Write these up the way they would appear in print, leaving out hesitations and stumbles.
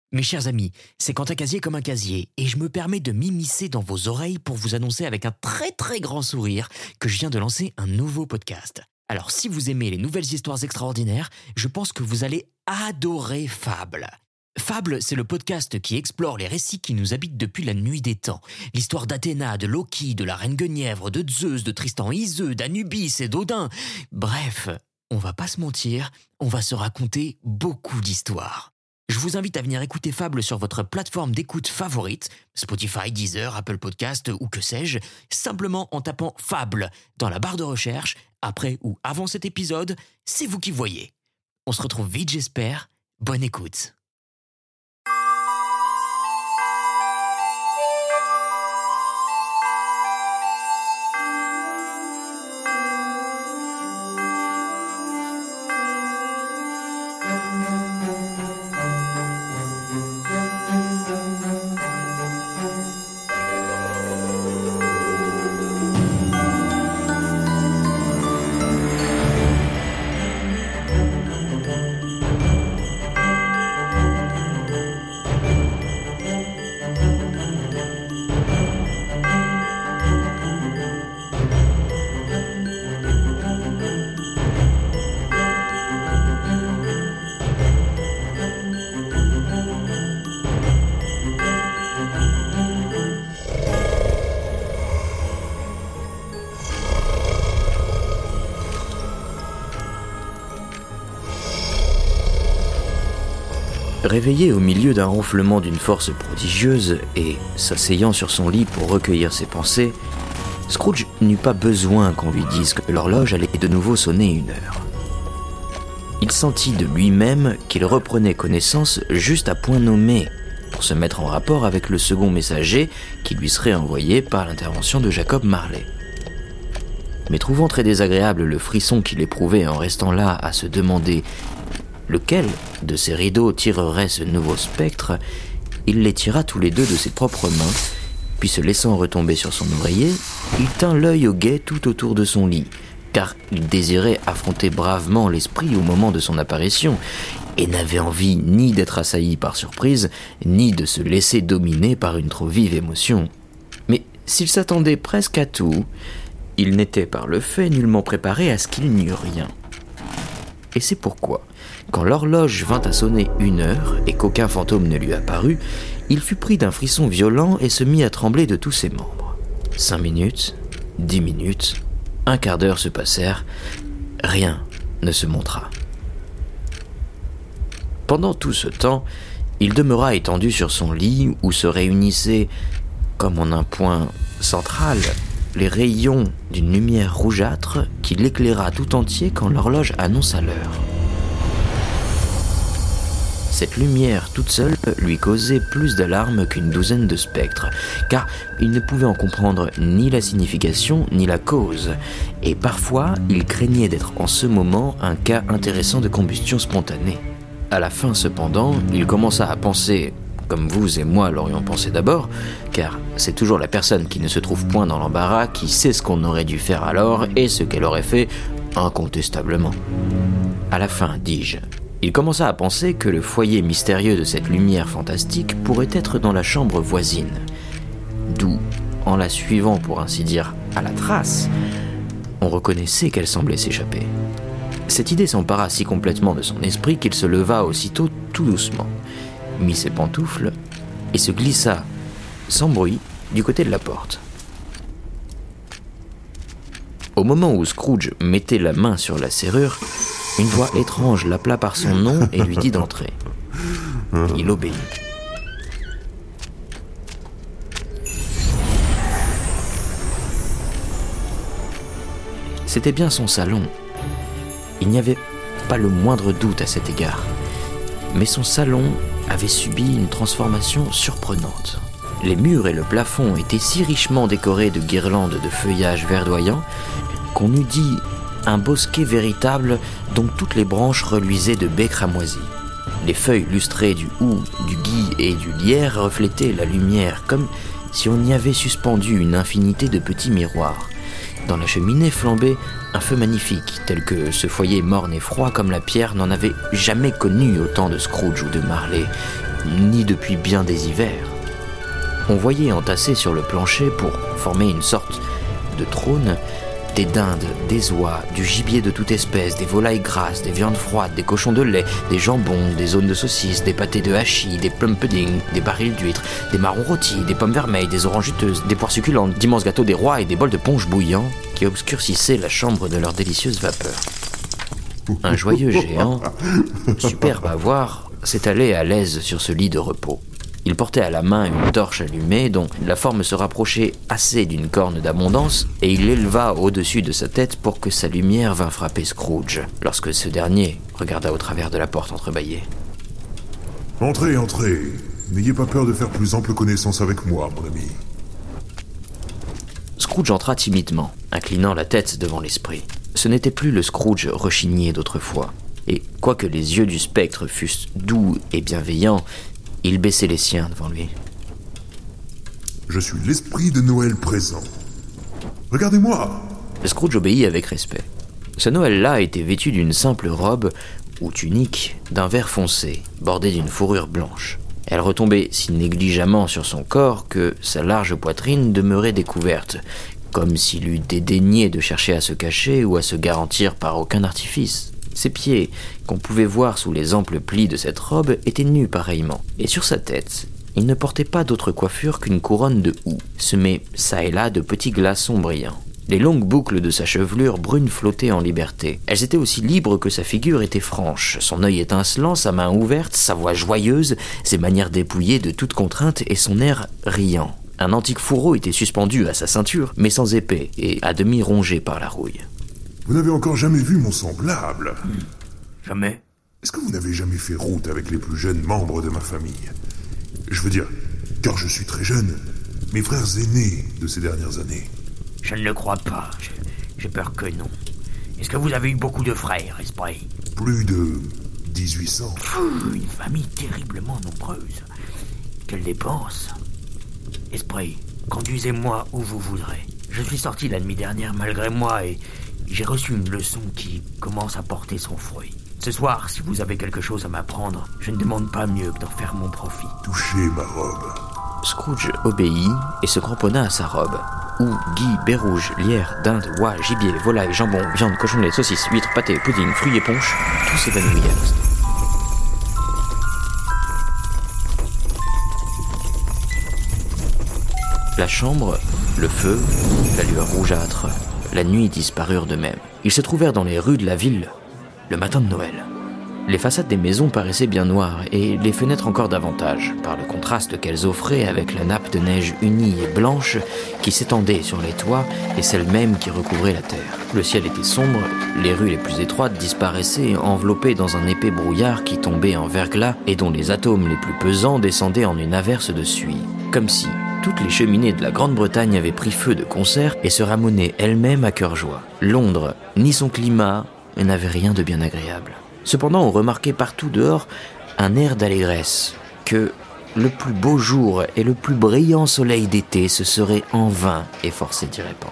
Mes chers amis, c'est Quentin Casier comme un casier et je me permets de m'immiscer dans vos oreilles pour vous annoncer avec un très très grand sourire que je viens de lancer un nouveau podcast. Alors si vous aimez les nouvelles histoires extraordinaires, je pense que vous allez adorer Fable. Fable, c'est le podcast qui explore les récits qui nous habitent depuis la nuit des temps. L'histoire d'Athéna, de Loki, de la reine Guenièvre, de Zeus, de Tristan et Iseux, d'Anubis et d'Odin. Bref, on va pas se mentir, on va se raconter beaucoup d'histoires. Je vous invite à venir écouter Fable sur votre plateforme d'écoute favorite, Spotify, Deezer, Apple Podcast ou que sais-je, simplement en tapant Fable dans la barre de recherche. Après ou avant cet épisode, c'est vous qui voyez. On se retrouve vite, j'espère. Bonne écoute. Réveillé au milieu d'un ronflement d'une force prodigieuse et s'asseyant sur son lit pour recueillir ses pensées, Scrooge n'eut pas besoin qu'on lui dise que l'horloge allait de nouveau sonner 1 heure. Il sentit de lui-même qu'il reprenait connaissance juste à point nommé pour se mettre en rapport avec le second messager qui lui serait envoyé par l'intervention de Jacob Marley. Mais trouvant très désagréable le frisson qu'il éprouvait en restant là à se demander lequel de ses rideaux tirerait ce nouveau spectre, il les tira tous les deux de ses propres mains, puis se laissant retomber sur son oreiller, il tint l'œil au guet tout autour de son lit, car il désirait affronter bravement l'esprit au moment de son apparition, et n'avait envie ni d'être assailli par surprise, ni de se laisser dominer par une trop vive émotion. Mais s'il s'attendait presque à tout, il n'était par le fait nullement préparé à ce qu'il n'y eût rien. Et c'est pourquoi, quand l'horloge vint à sonner 1 heure et qu'aucun fantôme ne lui apparut, il fut pris d'un frisson violent et se mit à trembler de tous ses membres. 5 minutes, 10 minutes, un quart d'heure se passèrent, rien ne se montra. Pendant tout ce temps, il demeura étendu sur son lit où se réunissaient, comme en un point central, les rayons d'une lumière rougeâtre qui l'éclaira tout entier quand l'horloge annonça l'heure. Cette lumière toute seule lui causait plus d'alarme qu'une douzaine de spectres, car il ne pouvait en comprendre ni la signification ni la cause, et parfois il craignait d'être en ce moment un cas intéressant de combustion spontanée. À la fin cependant, il commença à penser, comme vous et moi l'aurions pensé d'abord, car c'est toujours la personne qui ne se trouve point dans l'embarras qui sait ce qu'on aurait dû faire alors et ce qu'elle aurait fait incontestablement. À la fin, dis-je, il commença à penser que le foyer mystérieux de cette lumière fantastique pourrait être dans la chambre voisine, d'où, en la suivant pour ainsi dire à la trace, on reconnaissait qu'elle semblait s'échapper. Cette idée s'empara si complètement de son esprit qu'il se leva aussitôt tout doucement, mit ses pantoufles et se glissa, sans bruit, du côté de la porte. Au moment où Scrooge mettait la main sur la serrure, une voix étrange l'appela par son nom et lui dit d'entrer. Il obéit. C'était bien son salon. Il n'y avait pas le moindre doute à cet égard. Mais son salon avait subi une transformation surprenante. Les murs et le plafond étaient si richement décorés de guirlandes de feuillage verdoyant qu'on eût dit un bosquet véritable dont toutes les branches reluisaient de baies cramoisies. Les feuilles lustrées du houx, du gui et du lierre reflétaient la lumière comme si on y avait suspendu une infinité de petits miroirs. Dans la cheminée flambait un feu magnifique, tel que ce foyer morne et froid comme la pierre n'en avait jamais connu au temps de Scrooge ou de Marley, ni depuis bien des hivers. On voyait entassés sur le plancher pour former une sorte de trône des dindes, des oies, du gibier de toute espèce, des volailles grasses, des viandes froides, des cochons de lait, des jambons, des zones de saucisses, des pâtés de hachis, des plum pudding, des barils d'huîtres, des marrons rôtis, des pommes vermeilles, des oranges juteuses, des poires succulentes, d'immenses gâteaux des rois et des bols de punch bouillant qui obscurcissaient la chambre de leur délicieuse vapeur. Un joyeux géant, superbe à voir, s'étalait à l'aise sur ce lit de repos. Il portait à la main une torche allumée dont la forme se rapprochait assez d'une corne d'abondance et il l'éleva au-dessus de sa tête pour que sa lumière vînt frapper Scrooge lorsque ce dernier regarda au travers de la porte entrebâillée. « Entrez, entrez. N'ayez pas peur de faire plus ample connaissance avec moi, mon ami. » Scrooge entra timidement, inclinant la tête devant l'esprit. Ce n'était plus le Scrooge rechigné d'autrefois. Et quoique les yeux du spectre fussent doux et bienveillants, il baissait les siens devant lui. « Je suis l'esprit de Noël présent. Regardez-moi !» Scrooge obéit avec respect. Ce Noël-là était vêtu d'une simple robe, ou tunique, d'un vert foncé, bordée d'une fourrure blanche. Elle retombait si négligemment sur son corps que sa large poitrine demeurait découverte, comme s'il eût dédaigné de chercher à se cacher ou à se garantir par aucun artifice. Ses pieds, qu'on pouvait voir sous les amples plis de cette robe, étaient nus pareillement. Et sur sa tête, il ne portait pas d'autre coiffure qu'une couronne de houx, semée çà et là de petits glaçons brillants. Les longues boucles de sa chevelure brune flottaient en liberté. Elles étaient aussi libres que sa figure était franche, son œil étincelant, sa main ouverte, sa voix joyeuse, ses manières dépouillées de toute contrainte et son air riant. Un antique fourreau était suspendu à sa ceinture, mais sans épée et à demi rongé par la rouille. Vous n'avez encore jamais vu mon semblable. Jamais. Est-ce que vous n'avez jamais fait route avec les plus jeunes membres de ma famille? Je veux dire, car je suis très jeune, mes frères aînés de ces dernières années. Je ne le crois pas. J'ai peur que non. Est-ce que vous avez eu beaucoup de frères, Esprit? Plus de 1800. Une famille terriblement nombreuse. Quelle dépense. Esprit, conduisez-moi où vous voudrez. Je suis sorti la nuit dernière malgré moi et j'ai reçu une leçon qui commence à porter son fruit. Ce soir, si vous avez quelque chose à m'apprendre, je ne demande pas mieux que d'en faire mon profit. Touchez ma robe. Scrooge obéit et se cramponna à sa robe, où gui, baies rouges, lierre, dinde, oie, gibier, volaille, jambon, viande, cochon de lait, saucisse, huîtres, pâté, pudding, fruits et punch, tout s'évanouit à l'instant. La chambre, le feu, la lueur rougeâtre, la nuit disparurent d'eux-mêmes. Ils se trouvèrent dans les rues de la ville, le matin de Noël. Les façades des maisons paraissaient bien noires, et les fenêtres encore davantage, par le contraste qu'elles offraient avec la nappe de neige unie et blanche qui s'étendait sur les toits et celle même qui recouvrait la terre. Le ciel était sombre, les rues les plus étroites disparaissaient enveloppées dans un épais brouillard qui tombait en verglas et dont les atomes les plus pesants descendaient en une averse de suie, comme si toutes les cheminées de la Grande-Bretagne avaient pris feu de concert et se ramonaient elles-mêmes à cœur joie. Londres, ni son climat, n'avait rien de bien agréable. Cependant, on remarquait partout dehors un air d'allégresse, que le plus beau jour et le plus brillant soleil d'été se serait en vain efforcé d'y répandre.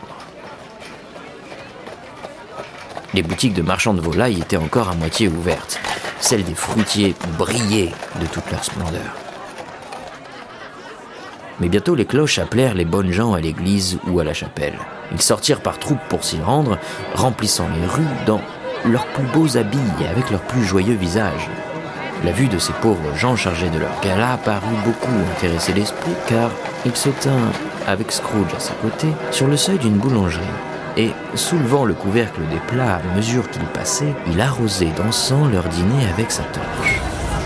Les boutiques de marchands de volailles étaient encore à moitié ouvertes. Celles des fruitiers brillaient de toute leur splendeur. Mais bientôt les cloches appelèrent les bonnes gens à l'église ou à la chapelle. Ils sortirent par troupes pour s'y rendre, remplissant les rues dans leurs plus beaux habits et avec leurs plus joyeux visages. La vue de ces pauvres gens chargés de leur gala parut beaucoup intéresser l'esprit, car il se tint, avec Scrooge à ses côtés, sur le seuil d'une boulangerie, et, soulevant le couvercle des plats à mesure qu'il passait, il arrosait d'encens leur dîner avec sa torche.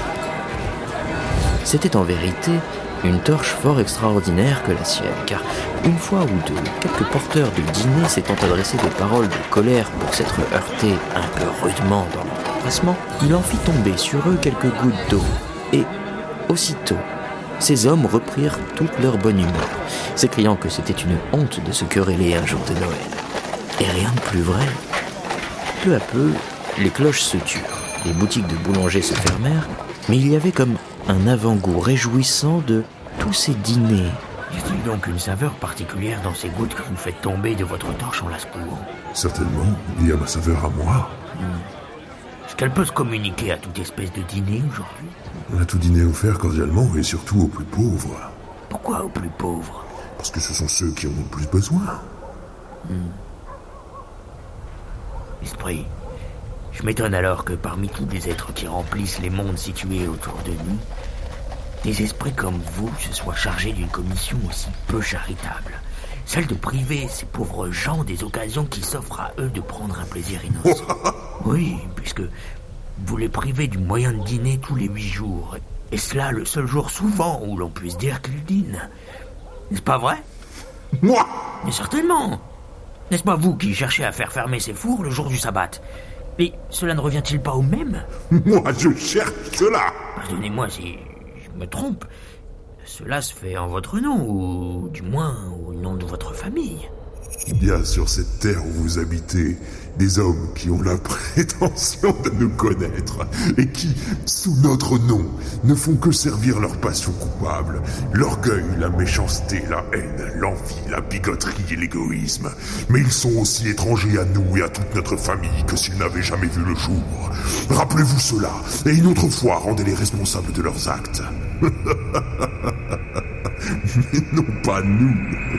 C'était en vérité une torche fort extraordinaire que la sienne, car une fois ou deux, quelques porteurs de dîner s'étant adressés des paroles de colère pour s'être heurtés un peu rudement dans leur empressement, il en fit tomber sur eux quelques gouttes d'eau, et aussitôt, ces hommes reprirent toute leur bonne humeur, s'écriant que c'était une honte de se quereller un jour de Noël. Et rien de plus vrai. Peu à peu, les cloches se turent, les boutiques de boulangers se fermèrent, mais il y avait comme un avant-goût réjouissant de tous ces dîners. Y a-t-il donc une saveur particulière dans ces gouttes que vous faites tomber de votre torche en la secouant? Certainement, il y a ma saveur à moi. Est-ce qu'elle peut se communiquer à toute espèce de dîner aujourd'hui? On a tout dîner offert cordialement et surtout aux plus pauvres. Pourquoi aux plus pauvres? Parce que ce sont ceux qui en ont le plus besoin. Esprit, je m'étonne alors que parmi tous les êtres qui remplissent les mondes situés autour de nous, des esprits comme vous se soient chargés d'une commission aussi peu charitable. Celle de priver ces pauvres gens des occasions qui s'offrent à eux de prendre un plaisir innocent. Oui, puisque vous les privez du moyen de dîner tous les 8 jours. Et cela le seul jour souvent où l'on puisse dire qu'ils dînent. N'est-ce pas vrai? Moi! Mais certainement. N'est-ce pas vous qui cherchez à faire fermer ces fours le jour du sabbat? Et cela ne revient-il pas au même? Moi, je cherche cela! Pardonnez-moi si je me trompe. Cela se fait en votre nom, ou du moins au nom de votre famille. Il y a sur cette terre où vous habitez des hommes qui ont la prétention de nous connaître et qui, sous notre nom, ne font que servir leur passion coupable, l'orgueil, la méchanceté, la haine, l'envie, la bigoterie et l'égoïsme. Mais ils sont aussi étrangers à nous et à toute notre famille que s'ils n'avaient jamais vu le jour. Rappelez-vous cela, et une autre fois rendez-les responsables de leurs actes. Mais non pas nous.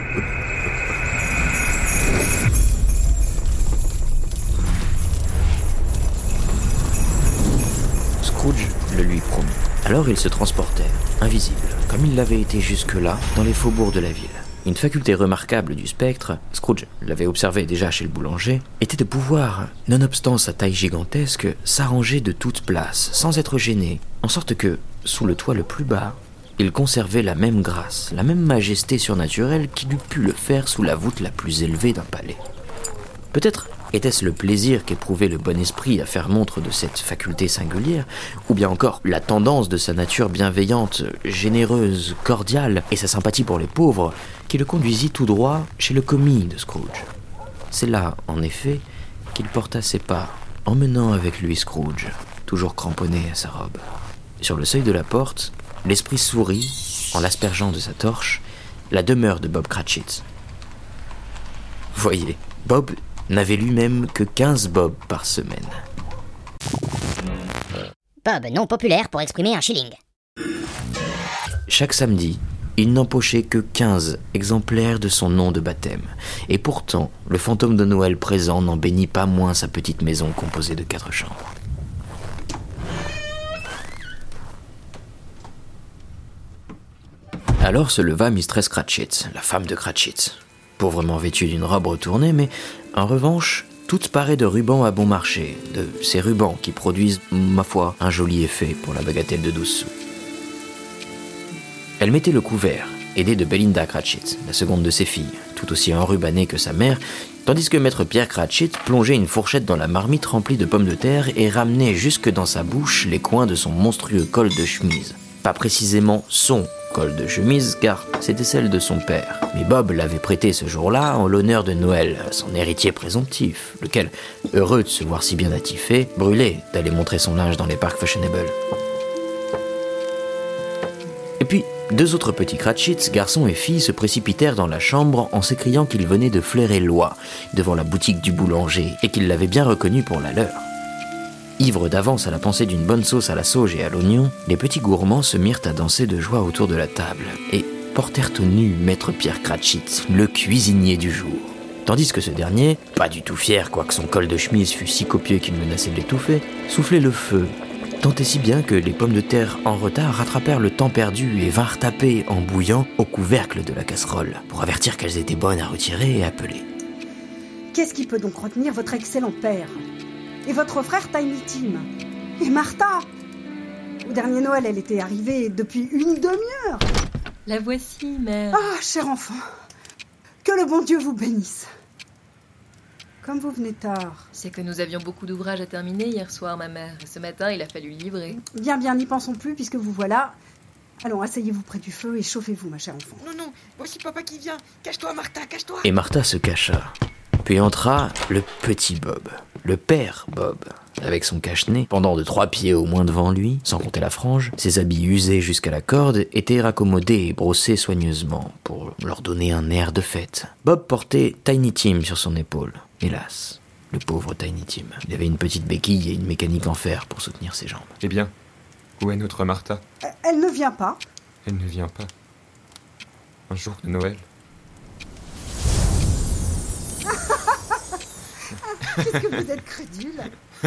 Scrooge le lui promit. Alors ils se transportèrent, invisibles, comme ils l'avaient été jusque-là, dans les faubourgs de la ville. Une faculté remarquable du spectre, Scrooge l'avait observé déjà chez le boulanger, était de pouvoir, nonobstant sa taille gigantesque, s'arranger de toute place, sans être gêné, en sorte que, sous le toit le plus bas, il conservait la même grâce, la même majesté surnaturelle qu'il eût pu le faire sous la voûte la plus élevée d'un palais. Peut-être était-ce le plaisir qu'éprouvait le bon esprit à faire montre de cette faculté singulière, ou bien encore la tendance de sa nature bienveillante, généreuse, cordiale, et sa sympathie pour les pauvres, qui le conduisit tout droit chez le commis de Scrooge. C'est là, en effet, qu'il porta ses pas, emmenant avec lui Scrooge, toujours cramponné à sa robe. Sur le seuil de la porte, l'esprit sourit, en l'aspergeant de sa torche, la demeure de Bob Cratchit. Voyez, Bob n'avait lui-même que 15 bobs par semaine. Bob non populaire pour exprimer un shilling. Chaque samedi, il n'empochait que 15 exemplaires de son nom de baptême. Et pourtant, le fantôme de Noël présent n'en bénit pas moins sa petite maison composée de 4 chambres. Alors se leva Mistress Cratchit, la femme de Cratchit, pauvrement vêtue d'une robe retournée, mais en revanche, toute parée de rubans à bon marché, de ces rubans qui produisent, ma foi, un joli effet pour la bagatelle de 12 sous. Elle mettait le couvert, aidée de Belinda Cratchit, la seconde de ses filles, tout aussi enrubannée que sa mère, tandis que maître Pierre Cratchit plongeait une fourchette dans la marmite remplie de pommes de terre et ramenait jusque dans sa bouche les coins de son monstrueux col de chemise. Pas précisément son col de chemise, car c'était celle de son père. Mais Bob l'avait prêté ce jour-là en l'honneur de Noël à son héritier présomptif, lequel, heureux de se voir si bien attifé, brûlait d'aller montrer son linge dans les parcs fashionables. Et puis, 2 autres petits Cratchits, garçons et filles, se précipitèrent dans la chambre en s'écriant qu'ils venaient de flairer l'oie devant la boutique du boulanger et qu'ils l'avaient bien reconnu pour la leur. Ivres d'avance à la pensée d'une bonne sauce à la sauge et à l'oignon, les petits gourmands se mirent à danser de joie autour de la table et portèrent au nu maître Pierre Cratchit, le cuisinier du jour. Tandis que ce dernier, pas du tout fier quoique son col de chemise fût si copieux qu'il menaçait de l'étouffer, soufflait le feu, tant et si bien que les pommes de terre en retard rattrapèrent le temps perdu et vinrent taper en bouillant au couvercle de la casserole, pour avertir qu'elles étaient bonnes à retirer et appeler. Qu'est-ce qui peut donc retenir votre excellent père? Et votre frère Tiny Tim? Et Martha? Au dernier Noël, elle était arrivée depuis une demi-heure. La voici, mère. Ah, cher enfant, que le bon Dieu vous bénisse. Comme vous venez tard. C'est que nous avions beaucoup d'ouvrages à terminer hier soir, ma mère. Et ce matin, il a fallu livrer. Bien, n'y pensons plus puisque vous voilà. Allons, asseyez-vous près du feu et chauffez-vous, ma chère enfant. Non, voici papa qui vient. Cache-toi, Martha, cache-toi. Et Martha se cacha. Puis entra le petit Bob, le père Bob, avec son cache-nez, pendant de 3 pieds au moins devant lui, sans compter la frange. Ses habits usés jusqu'à la corde étaient raccommodés et brossés soigneusement, pour leur donner un air de fête. Bob portait Tiny Tim sur son épaule, hélas. le pauvre Tiny Tim. Il avait une petite béquille et une mécanique en fer pour soutenir ses jambes. Eh bien, où est notre Martha ? Elle ne vient pas. Elle ne vient pas. Un jour de Noël. Qu'est-ce que vous êtes crédule.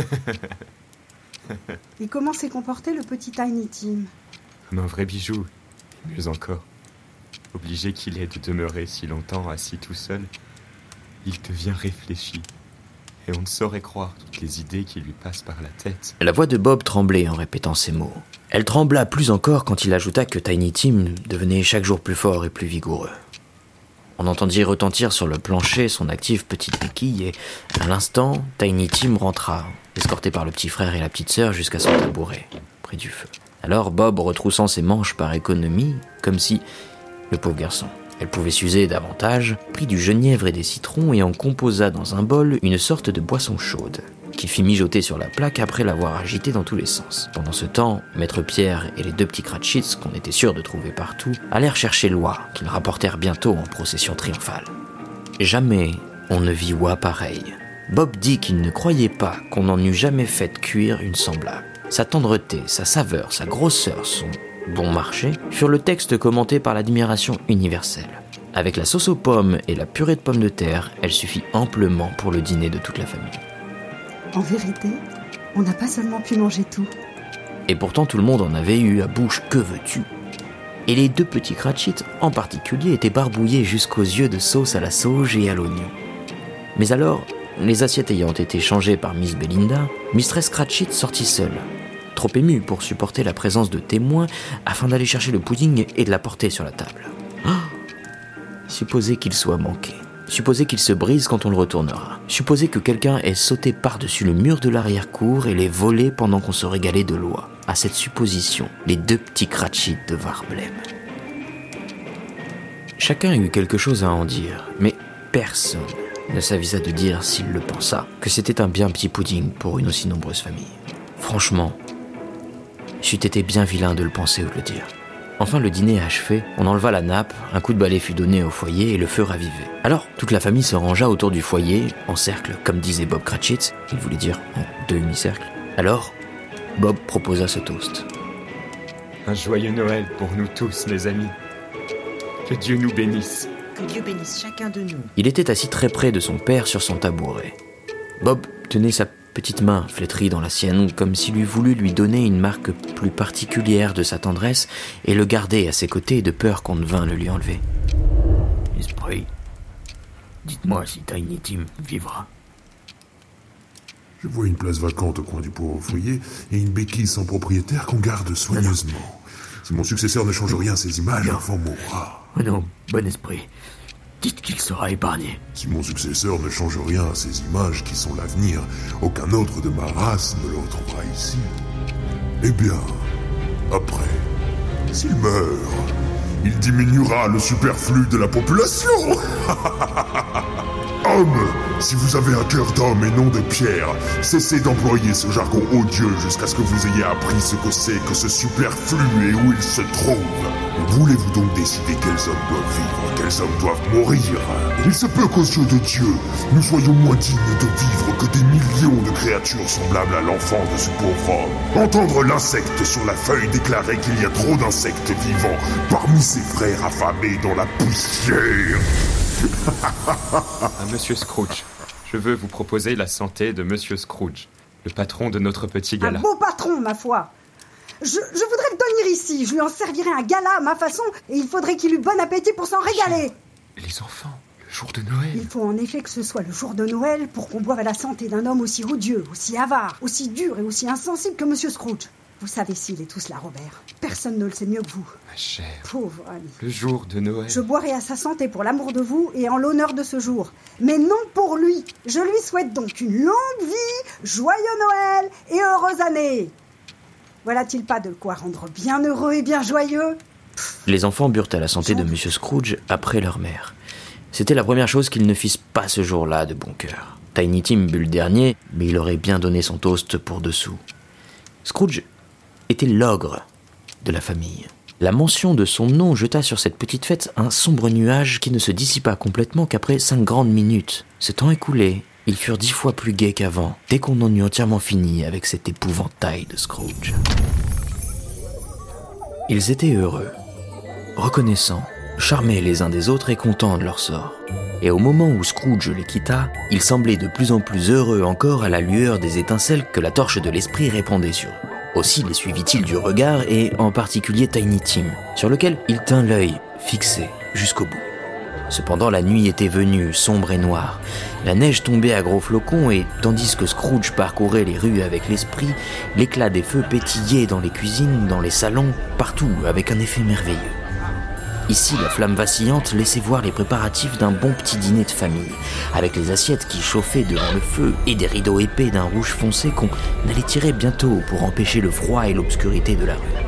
Et comment s'est comporté le petit Tiny Tim ? Comme un vrai bijou, mieux encore. Obligé qu'il est de demeurer si longtemps assis tout seul, il devient réfléchi. Et on ne saurait croire toutes les idées qui lui passent par la tête. La voix de Bob tremblait en répétant ces mots. Elle trembla plus encore quand il ajouta que Tiny Tim devenait chaque jour plus fort et plus vigoureux. On entendit retentir sur le plancher son active petite béquille et, à l'instant, Tiny Tim rentra, escorté par le petit frère et la petite sœur jusqu'à son tabouret, près du feu. Alors Bob, retroussant ses manches par économie, comme si, le pauvre garçon, elle pouvait s'user davantage, prit du genièvre et des citrons et en composa dans un bol une sorte de boisson chaude, qu'il fit mijoter sur la plaque après l'avoir agitée dans tous les sens. Pendant ce temps, Maître Pierre et les 2 petits Cratchits, qu'on était sûr de trouver partout, allèrent chercher Loi, qu'ils rapportèrent bientôt en procession triomphale. Jamais on ne vit Oie pareil. Bob dit qu'il ne croyait pas qu'on n'en eût jamais fait cuire une semblable. Sa tendreté, sa saveur, sa grosseur, son bon marché, furent le texte commenté par l'admiration universelle. Avec la sauce aux pommes et la purée de pommes de terre, elle suffit amplement pour le dîner de toute la famille. En vérité, on n'a pas seulement pu manger tout. Et pourtant tout le monde en avait eu à bouche, que veux-tu ? Et les 2 petits Cratchits en particulier étaient barbouillés jusqu'aux yeux de sauce à la sauge et à l'oignon. Mais alors, les assiettes ayant été changées par Miss Belinda, Mistress Cratchit sortit seule, trop émue pour supporter la présence de témoins afin d'aller chercher le pudding et de l'apporter sur la table. Supposez qu'il soit manqué. Supposez qu'il se brise quand on le retournera. Supposez que quelqu'un ait sauté par-dessus le mur de l'arrière-cour et l'ait volé pendant qu'on se régalait de Loi. À cette supposition, les 2 petits Cratchits devinrent blêmes. Chacun eut quelque chose à en dire, mais personne ne s'avisa de dire, s'il le pensa, que c'était un bien petit pudding pour une aussi nombreuse famille. Franchement, c'eût été bien vilain de le penser ou de le dire. Enfin, le dîner achevé, on enleva la nappe, un coup de balai fut donné au foyer et le feu ravivé. Alors, toute la famille se rangea autour du foyer, en cercle, comme disait Bob Cratchit, il voulait dire en 2 demi-cercles. Alors, Bob proposa ce toast. Un joyeux Noël pour nous tous, mes amis. Que Dieu nous bénisse. Que Dieu bénisse chacun de nous. Il était assis très près de son père sur son tabouret. Bob tenait sa petite main flétrie dans la sienne, comme s'il eût voulu lui donner une marque plus particulière de sa tendresse et le garder à ses côtés de peur qu'on ne vînt le lui enlever. Esprit, dites-moi si Tiny Tim vivra. Je vois une place vacante au coin du pauvre foyer et une béquille sans propriétaire qu'on garde soigneusement. Si mon successeur ne change rien à ces images, l'enfant mourra. Oh non, bon esprit. Dites qu'il sera épargné. Si mon successeur ne change rien à ces images qui sont l'avenir, aucun autre de ma race ne le retrouvera ici. Eh bien, après, s'il meurt, il diminuera le superflu de la population. Homme, si vous avez un cœur d'homme et non de pierre, cessez d'employer ce jargon odieux jusqu'à ce que vous ayez appris ce que c'est que ce superflu et où il se trouve. Voulez-vous donc décider quels hommes doivent vivre, quels hommes doivent mourir? Il se peut qu'aux yeux de Dieu, nous soyons moins dignes de vivre que des millions de créatures semblables à l'enfant de ce pauvre homme. Entendre l'insecte sur la feuille déclarer qu'il y a trop d'insectes vivants parmi ses frères affamés dans la poussière. Monsieur Scrooge, je veux vous proposer la santé de Monsieur Scrooge, le patron de notre petit gala. Un beau patron, ma foi. Je voudrais le tenir ici, je lui en servirai un gala à ma façon, et il faudrait qu'il eût bon appétit pour s'en régaler. Les enfants, le jour de Noël. Il faut en effet que ce soit le jour de Noël pour qu'on boive à la santé d'un homme aussi odieux, aussi avare, aussi dur et aussi insensible que Monsieur Scrooge. Vous savez s'il est tout cela, Robert. Personne ne le sait mieux que vous. Ma chère, pauvre ami. Le jour de Noël. Je boirai à sa santé pour l'amour de vous et en l'honneur de ce jour. Mais non pour lui. Je lui souhaite donc une longue vie, joyeux Noël et heureuse année. Voilà-t-il pas de quoi rendre bien heureux et bien joyeux? Les enfants burent à la santé de Monsieur Scrooge après leur mère. C'était la première chose qu'ils ne fissent pas ce jour-là de bon cœur. Tiny Tim but le dernier, mais il aurait bien donné son toast pour dessous. Scrooge était l'ogre de la famille. La mention de son nom jeta sur cette petite fête un sombre nuage qui ne se dissipa complètement qu'après 5 grandes minutes. Ce temps écoulé, ils furent 10 fois plus gais qu'avant, dès qu'on en eut entièrement fini avec cet épouvantail de Scrooge. Ils étaient heureux, reconnaissants, charmés les uns des autres et contents de leur sort. Et au moment où Scrooge les quitta, ils semblaient de plus en plus heureux encore à la lueur des étincelles que la torche de l'esprit répandait sur eux. Aussi les suivit-il du regard et en particulier Tiny Tim, sur lequel il tint l'œil fixé jusqu'au bout. Cependant la nuit était venue, sombre et noire. La neige tombait à gros flocons et, tandis que Scrooge parcourait les rues avec l'esprit, l'éclat des feux pétillait dans les cuisines, dans les salons, partout, avec un effet merveilleux. Ici, la flamme vacillante laissait voir les préparatifs d'un bon petit dîner de famille, avec les assiettes qui chauffaient devant le feu et des rideaux épais d'un rouge foncé qu'on allait tirer bientôt pour empêcher le froid et l'obscurité de la rue.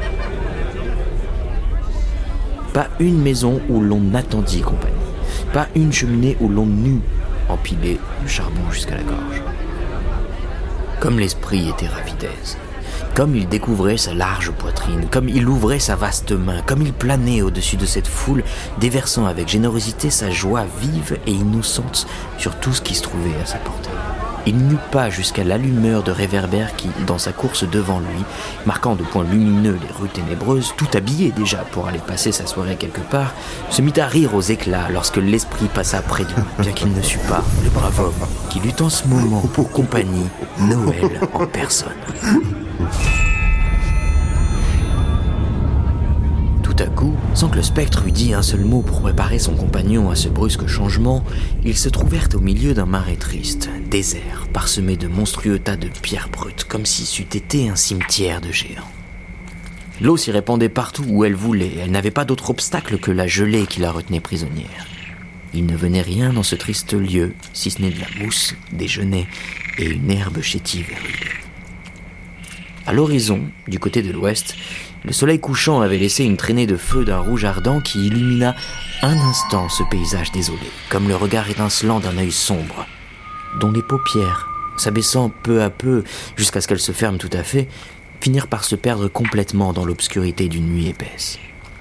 Pas une maison où l'on n'attendit compagnie, pas une cheminée où l'on n'eût empilé du charbon jusqu'à la gorge. Comme l'esprit était ravi d'aise, comme il découvrait sa large poitrine, comme il ouvrait sa vaste main, comme il planait au-dessus de cette foule, déversant avec générosité sa joie vive et innocente sur tout ce qui se trouvait à sa portée. Il n'eut pas jusqu'à l'allumeur de réverbères qui, dans sa course devant lui, marquant de points lumineux les rues ténébreuses, tout habillé déjà pour aller passer sa soirée quelque part, se mit à rire aux éclats lorsque l'esprit passa près de lui, bien qu'il ne sût pas, le brave homme, qu'il eut en ce moment pour compagnie Noël en personne. Tout à coup, sans que le spectre eût dit un seul mot pour préparer son compagnon à ce brusque changement, ils se trouvèrent au milieu d'un marais triste, désert, parsemé de monstrueux tas de pierres brutes, comme si c'eût été un cimetière de géants. L'eau s'y répandait partout où elle voulait, elle n'avait pas d'autre obstacle que la gelée qui la retenait prisonnière. Il ne venait rien dans ce triste lieu, si ce n'est de la mousse, des genêts et une herbe chétive et rude. À l'horizon, du côté de l'ouest, le soleil couchant avait laissé une traînée de feu d'un rouge ardent qui illumina un instant ce paysage désolé, comme le regard étincelant d'un œil sombre, dont les paupières, s'abaissant peu à peu jusqu'à ce qu'elles se ferment tout à fait, finirent par se perdre complètement dans l'obscurité d'une nuit épaisse.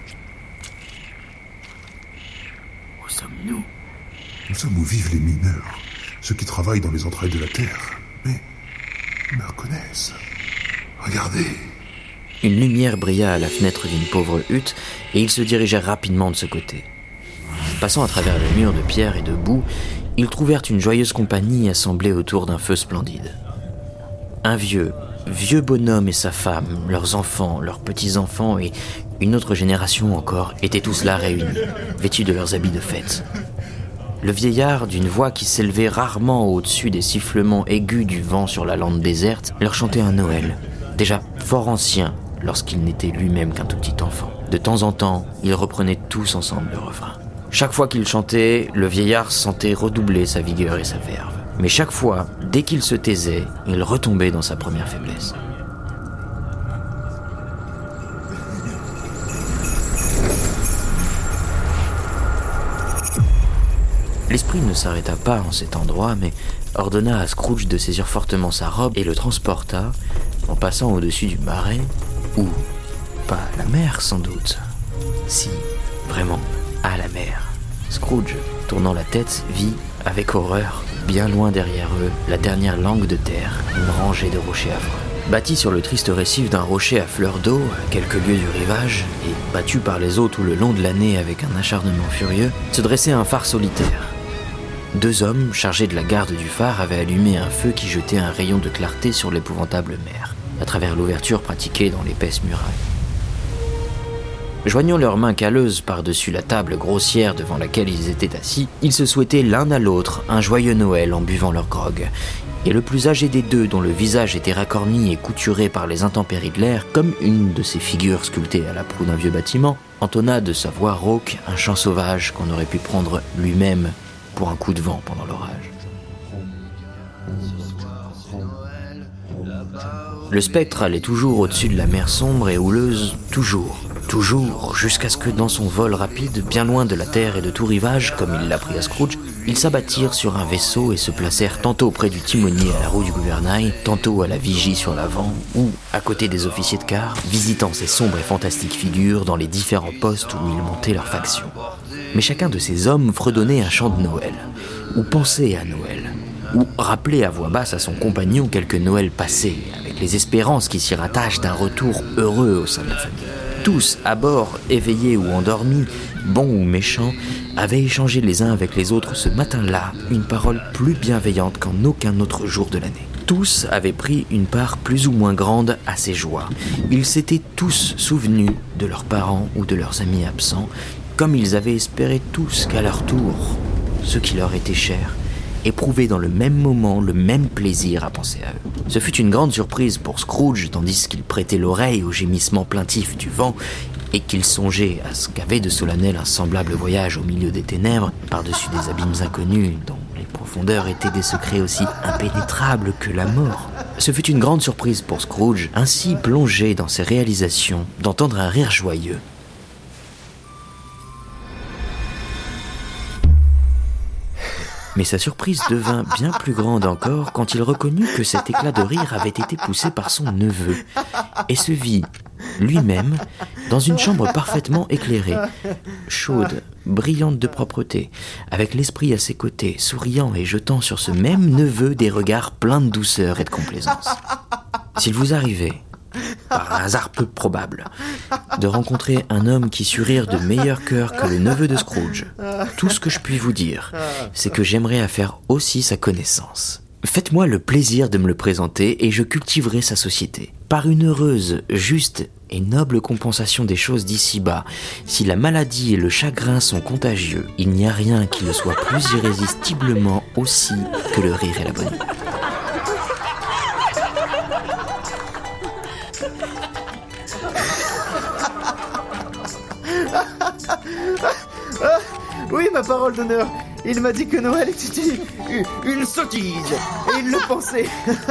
Où sommes-nous ? Nous sommes où vivent les mineurs, ceux qui travaillent dans les entrailles de la terre. Mais ils me reconnaissent. Regardez. Une lumière brilla à la fenêtre d'une pauvre hutte et ils se dirigèrent rapidement de ce côté. Passant à travers le mur de pierre et de boue, ils trouvèrent une joyeuse compagnie assemblée autour d'un feu splendide. Un vieux bonhomme et sa femme, leurs enfants, leurs petits-enfants et une autre génération encore étaient tous là réunis, vêtus de leurs habits de fête. Le vieillard, d'une voix qui s'élevait rarement au-dessus des sifflements aigus du vent sur la lande déserte, leur chantait un Noël, déjà fort ancien lorsqu'il n'était lui-même qu'un tout petit enfant. De temps en temps, ils reprenaient tous ensemble le refrain. Chaque fois qu'il chantait, le vieillard sentait redoubler sa vigueur et sa verve. Mais chaque fois, dès qu'il se taisait, il retombait dans sa première faiblesse. L'esprit ne s'arrêta pas en cet endroit, mais ordonna à Scrooge de saisir fortement sa robe et le transporta, en passant au-dessus du marais, ou pas à la mer sans doute. Si, vraiment, à la mer. Scrooge, tournant la tête, vit, avec horreur, bien loin derrière eux, la dernière langue de terre, une rangée de rochers affreux. Bâti sur le triste récif d'un rocher à fleur d'eau, à quelques lieues du rivage, et battu par les eaux tout le long de l'année avec un acharnement furieux, se dressait un phare solitaire. 2 hommes, chargés de la garde du phare, avaient allumé un feu qui jetait un rayon de clarté sur l'épouvantable mer, à travers l'ouverture pratiquée dans l'épaisse muraille. Joignant leurs mains calleuses par-dessus la table grossière devant laquelle ils étaient assis, ils se souhaitaient l'un à l'autre un joyeux Noël en buvant leur grog. Et le plus âgé des deux, dont le visage était racorni et couturé par les intempéries de l'air, comme une de ces figures sculptées à la proue d'un vieux bâtiment, entonna de sa voix rauque un chant sauvage qu'on aurait pu prendre lui-même pour un coup de vent pendant l'orage. Le spectre allait toujours au-dessus de la mer sombre et houleuse, toujours, jusqu'à ce que dans son vol rapide, bien loin de la terre et de tout rivage, comme il l'apprit à Scrooge, ils s'abattirent sur un vaisseau et se placèrent tantôt près du timonier à la roue du gouvernail, tantôt à la vigie sur l'avant, ou, à côté des officiers de quart, visitant ces sombres et fantastiques figures dans les différents postes où ils montaient leurs factions. Mais chacun de ces hommes fredonnait un chant de Noël, ou pensait à Noël, ou rappeler à voix basse à son compagnon quelques Noëls passés, avec les espérances qui s'y rattachent d'un retour heureux au sein de la famille. Tous, à bord, éveillés ou endormis, bons ou méchants, avaient échangé les uns avec les autres ce matin-là une parole plus bienveillante qu'en aucun autre jour de l'année. Tous avaient pris une part plus ou moins grande à ces joies. Ils s'étaient tous souvenus de leurs parents ou de leurs amis absents, comme ils avaient espéré tous qu'à leur tour, ceux qui leur étaient chers, éprouvaient dans le même moment le même plaisir à penser à eux. Ce fut une grande surprise pour Scrooge, tandis qu'il prêtait l'oreille aux gémissements plaintifs du vent et qu'il songeait à ce qu'avait de solennel un semblable voyage au milieu des ténèbres, par-dessus des abîmes inconnus dont les profondeurs étaient des secrets aussi impénétrables que la mort. Ce fut une grande surprise pour Scrooge, ainsi plongé dans ses réalisations, d'entendre un rire joyeux. Mais sa surprise devint bien plus grande encore quand il reconnut que cet éclat de rire avait été poussé par son neveu et se vit, lui-même, dans une chambre parfaitement éclairée, chaude, brillante de propreté, avec l'esprit à ses côtés, souriant et jetant sur ce même neveu des regards pleins de douceur et de complaisance. S'il vous arrivait, par un hasard peu probable, de rencontrer un homme qui sut rire de meilleur cœur que le neveu de Scrooge, tout ce que je puis vous dire, c'est que j'aimerais à faire aussi sa connaissance. Faites-moi le plaisir de me le présenter et je cultiverai sa société. Par une heureuse, juste et noble compensation des choses d'ici-bas, si la maladie et le chagrin sont contagieux, il n'y a rien qui le soit plus irrésistiblement aussi que le rire et la bonne humeur. Oui, ma parole d'honneur. Il m'a dit que Noël était une sottise. Et il le pensait.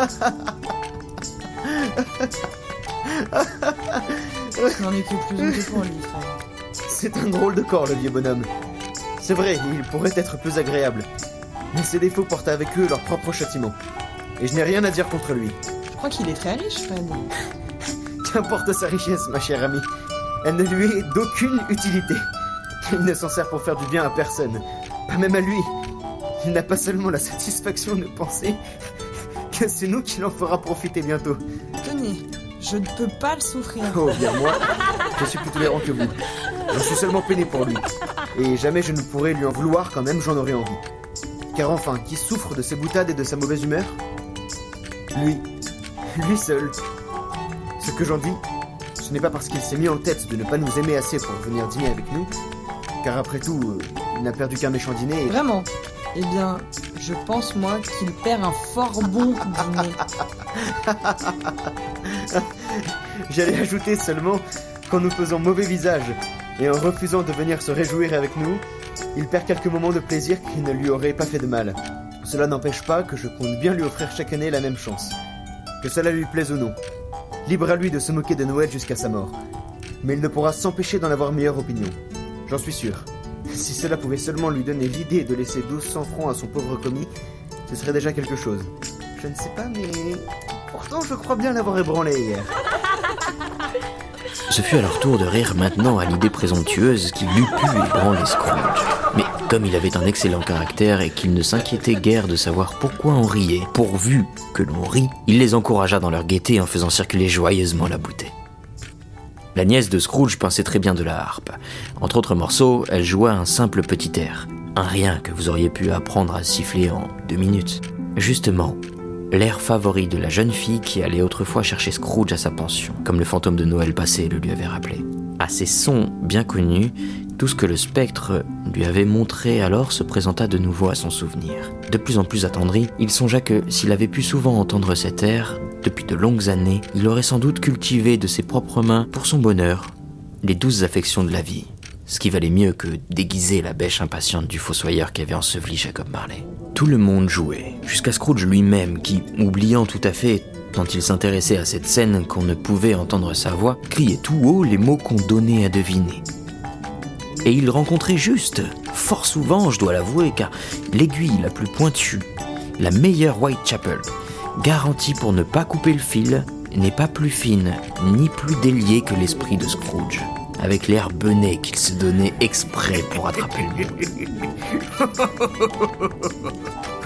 J'en étais plus honteux pour lui, frère. C'est un drôle de corps, le vieux bonhomme. C'est vrai, il pourrait être plus agréable. Mais ses défauts portent avec eux leur propre châtiment. Et je n'ai rien à dire contre lui. Je crois qu'il est très riche, Fred. Qu'importe sa richesse, ma chère amie. Elle ne lui est d'aucune utilité. Il ne s'en sert pour faire du bien à personne. Pas même à lui. Il n'a pas seulement la satisfaction de penser que c'est nous qui l'en fera profiter bientôt. Tenez, je ne peux pas le souffrir. Oh, bien moi, je suis plus tolérant que vous. Je suis seulement peiné pour lui. Et jamais je ne pourrai lui en vouloir quand même j'en aurais envie. Car enfin, qui souffre de ses boutades et de sa mauvaise humeur ? Lui seul. Ce que j'en dis, ce n'est pas parce qu'il s'est mis en tête de ne pas nous aimer assez pour venir dîner avec nous, car après tout, il n'a perdu qu'un méchant dîner et... Vraiment ? Eh bien, je pense, moi, qu'il perd un fort bon dîner. J'allais ajouter seulement qu'en nous faisant mauvais visage et en refusant de venir se réjouir avec nous, il perd quelques moments de plaisir qui ne lui auraient pas fait de mal. Cela n'empêche pas que je compte bien lui offrir chaque année la même chance. Que cela lui plaise ou non. Libre à lui de se moquer de Noël jusqu'à sa mort. Mais il ne pourra s'empêcher d'en avoir meilleure opinion. J'en suis sûr. Si cela pouvait seulement lui donner l'idée de laisser 1200 francs à son pauvre commis, ce serait déjà quelque chose. Je ne sais pas, mais... pourtant, je crois bien l'avoir ébranlé hier. Ce fut à leur tour de rire maintenant à l'idée présomptueuse qu'il eût pu ébranler Scrooge. Mais comme il avait un excellent caractère et qu'il ne s'inquiétait guère de savoir pourquoi on riait, pourvu que l'on rit, il les encouragea dans leur gaieté en faisant circuler joyeusement la bouteille. La nièce de Scrooge pinçait très bien de la harpe. Entre autres morceaux, elle joua un simple petit air. Un rien que vous auriez pu apprendre à siffler en 2 minutes. Justement, l'air favori de la jeune fille qui allait autrefois chercher Scrooge à sa pension, comme le fantôme de Noël passé le lui avait rappelé. À ces sons bien connus, tout ce que le spectre lui avait montré alors se présenta de nouveau à son souvenir. De plus en plus attendri, il songea que s'il avait pu souvent entendre cet air, depuis de longues années, il aurait sans doute cultivé de ses propres mains, pour son bonheur, les douces affections de la vie, ce qui valait mieux que déguiser la bêche impatiente du fossoyeur qui avait enseveli Jacob Marley. Tout le monde jouait, jusqu'à Scrooge lui-même qui, oubliant tout à fait, quand il s'intéressait à cette scène qu'on ne pouvait entendre sa voix, criait tout haut les mots qu'on donnait à deviner. Et il rencontrait juste, fort souvent je dois l'avouer, car l'aiguille la plus pointue, la meilleure Whitechapel, garantie pour ne pas couper le fil, n'est pas plus fine, ni plus déliée que l'esprit de Scrooge, avec l'air bené qu'il se donnait exprès pour attraper le mot.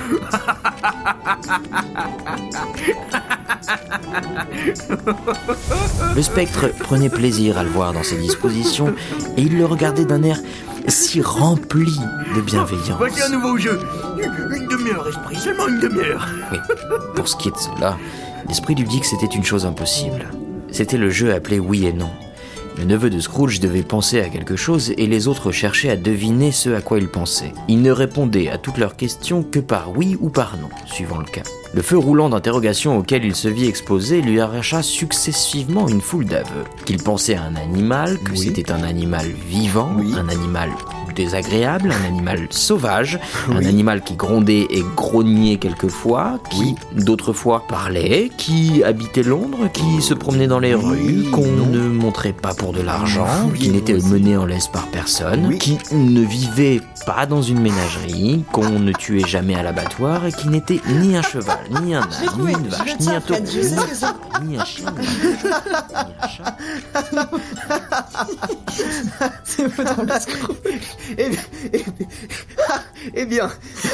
Le spectre prenait plaisir à le voir dans ses dispositions et il le regardait d'un air si rempli de bienveillance. Voici un nouveau jeu. Une demi-heure, esprit, seulement une demi-heure. Oui, pour ce qui est de cela, l'esprit lui dit que c'était une chose impossible. C'était le jeu appelé Oui et Non. Le neveu de Scrooge devait penser à quelque chose et les autres cherchaient à deviner ce à quoi il pensait. Il ne répondait à toutes leurs questions que par oui ou par non, suivant le cas. Le feu roulant d'interrogation auquel il se vit exposé lui arracha successivement une foule d'aveux. Qu'il pensait à un animal, que c'était un animal vivant, un animal désagréable, un animal sauvage, un animal qui grondait et grognait quelquefois, qui d'autres fois parlait, qui habitait Londres, qui se promenait dans les rues, qu'on ne montrait pas pour de l'argent, qui n'était mené en laisse par personne, qui ne vivait pas dans une ménagerie, qu'on ne tuait jamais à l'abattoir et qui n'était ni un cheval, ni un âne, ni une vache, ni un taureau, ni un chien, ni un chat. C'est pas dans le Scrooge. Eh bien,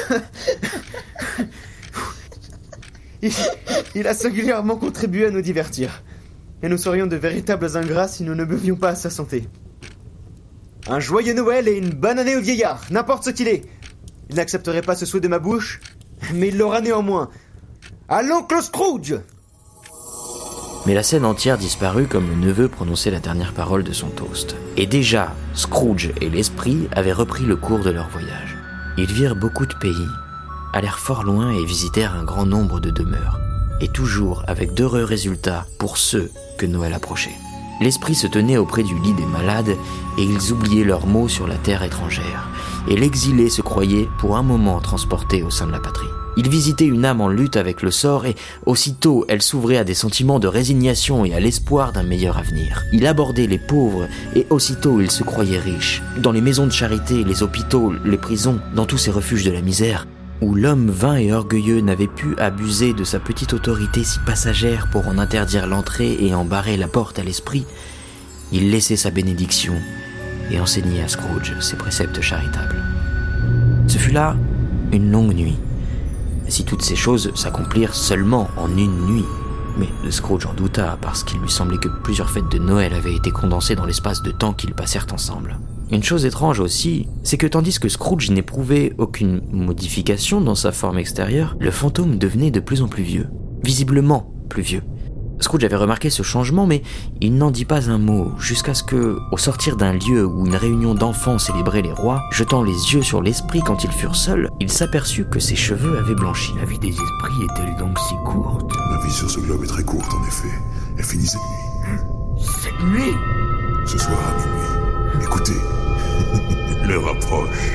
il a singulièrement contribué à nous divertir. Et nous serions de véritables ingrats si nous ne buvions pas à sa santé. Un joyeux Noël et une bonne année au vieillard, n'importe ce qu'il est. Il n'accepterait pas ce souhait de ma bouche, mais il l'aura néanmoins. À l'oncle Scrooge! Mais la scène entière disparut comme le neveu prononçait la dernière parole de son toast. Et déjà, Scrooge et l'esprit avaient repris le cours de leur voyage. Ils virent beaucoup de pays, allèrent fort loin et visitèrent un grand nombre de demeures. Et toujours avec d'heureux résultats pour ceux que Noël approchait. L'esprit se tenait auprès du lit des malades et ils oubliaient leurs mots sur la terre étrangère. Et l'exilé se croyait pour un moment transporté au sein de la patrie. Il visitait une âme en lutte avec le sort et aussitôt elle s'ouvrait à des sentiments de résignation et à l'espoir d'un meilleur avenir. Il abordait les pauvres et aussitôt il se croyait riche. Dans les maisons de charité, les hôpitaux, les prisons, dans tous ces refuges de la misère, où l'homme vain et orgueilleux n'avait pu abuser de sa petite autorité si passagère pour en interdire l'entrée et en barrer la porte à l'esprit, il laissait sa bénédiction et enseignait à Scrooge ses préceptes charitables. Ce fut là une longue nuit. Si toutes ces choses s'accomplirent seulement en une nuit. Mais Scrooge en douta, parce qu'il lui semblait que plusieurs fêtes de Noël avaient été condensées dans l'espace de temps qu'ils passèrent ensemble. Une chose étrange aussi, c'est que tandis que Scrooge n'éprouvait aucune modification dans sa forme extérieure, le fantôme devenait de plus en plus vieux. Visiblement plus vieux. Scrooge avait remarqué ce changement, mais il n'en dit pas un mot, jusqu'à ce que, au sortir d'un lieu où une réunion d'enfants célébrait les rois, jetant les yeux sur l'esprit quand ils furent seuls, il s'aperçut que ses cheveux avaient blanchi. La vie des esprits est-elle donc si courte? La vie sur ce globe est très courte, en effet. Elle finit cette nuit. Cette nuit? Ce soir à minuit. Écoutez, l'heure approche.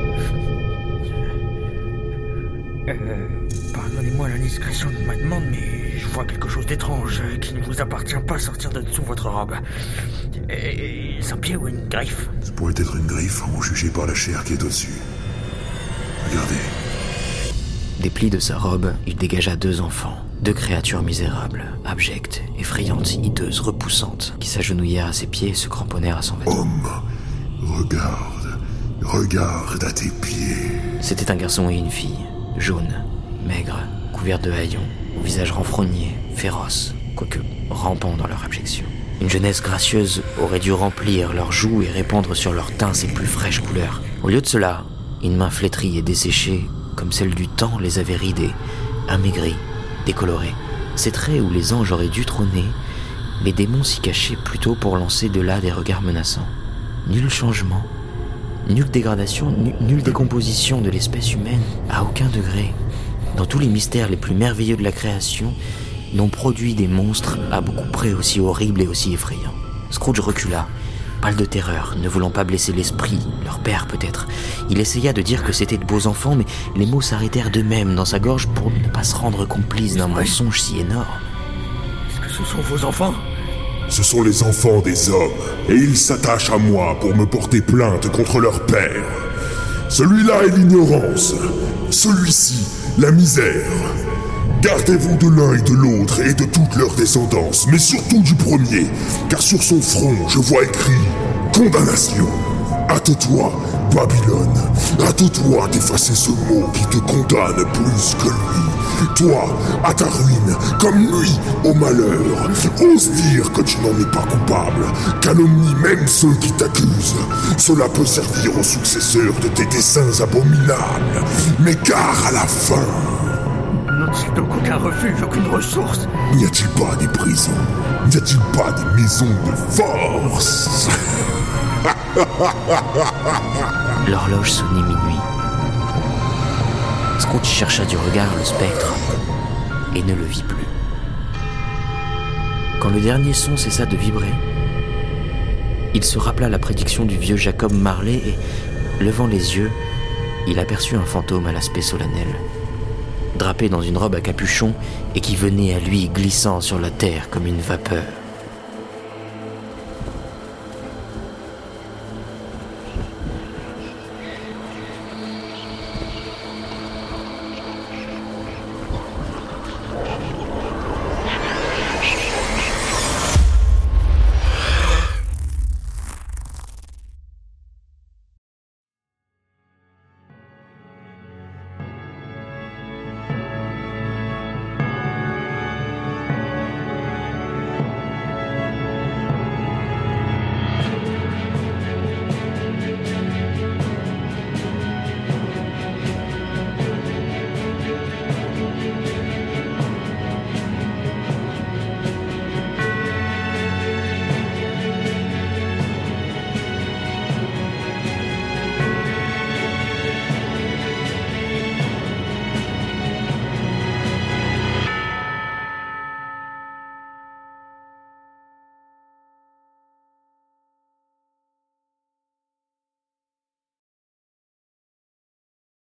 Pardonnez-moi l'indiscrétion de ma demande, mais je vois quelque chose d'étrange qui ne vous appartient pas sortir de dessous votre robe. C'est un pied ou une griffe? Ce pourrait être une griffe, en jugé par la chair qui est au-dessus. Regardez. Des plis de sa robe, il dégagea 2 enfants. 2 créatures misérables, abjectes, effrayantes, hideuses, repoussantes, qui s'agenouillèrent à ses pieds et se cramponnèrent à son vêtement. Homme, regarde à tes pieds. C'était un garçon et une fille, jaunes, maigres, couverts de haillons, au visage renfrogné, féroce, quoique rampant dans leur abjection. Une jeunesse gracieuse aurait dû remplir leurs joues et répandre sur leur teint ses plus fraîches couleurs. Au lieu de cela, une main flétrie et desséchée, comme celle du temps, les avait ridés, amaigris, décolorés. Ces traits où les anges auraient dû trôner, les démons s'y cachaient plutôt pour lancer de là des regards menaçants. Nul changement, nulle dégradation, nulle décomposition de l'espèce humaine, à aucun degré. Dans tous les mystères les plus merveilleux de la création, n'ont produit des monstres à beaucoup près aussi horribles et aussi effrayants. Scrooge recula, pâle de terreur, ne voulant pas blesser l'esprit, leur père peut-être. Il essaya de dire que c'était de beaux enfants, mais les mots s'arrêtèrent d'eux-mêmes dans sa gorge pour ne pas se rendre complice d'un mensonge si énorme. Est-ce que ce sont vos enfants? Ce sont les enfants des hommes, et ils s'attachent à moi pour me porter plainte contre leur père. Celui-là est l'ignorance, celui-ci, la misère. Gardez-vous de l'un et de l'autre et de toute leur descendance, mais surtout du premier, car sur son front je vois écrit « Condamnation ». Hâte-toi Babylone, hâte-toi d'effacer ce mot qui te condamne plus que lui. Toi, à ta ruine, comme lui, au malheur. Ose dire que tu n'en es pas coupable. Calomnie même ceux qui t'accusent. Cela peut servir aux successeurs de tes desseins abominables. Mais car à la fin... N'ont-ils donc aucun refuge, aucune ressource? N'y a-t-il pas des prisons? N'y a-t-il pas des maisons de force? L'horloge sonnait minuit. Scrooge chercha du regard le spectre et ne le vit plus. Quand le dernier son cessa de vibrer, il se rappela la prédiction du vieux Jacob Marley et, levant les yeux, il aperçut un fantôme à l'aspect solennel, drapé dans une robe à capuchon et qui venait à lui glissant sur la terre comme une vapeur.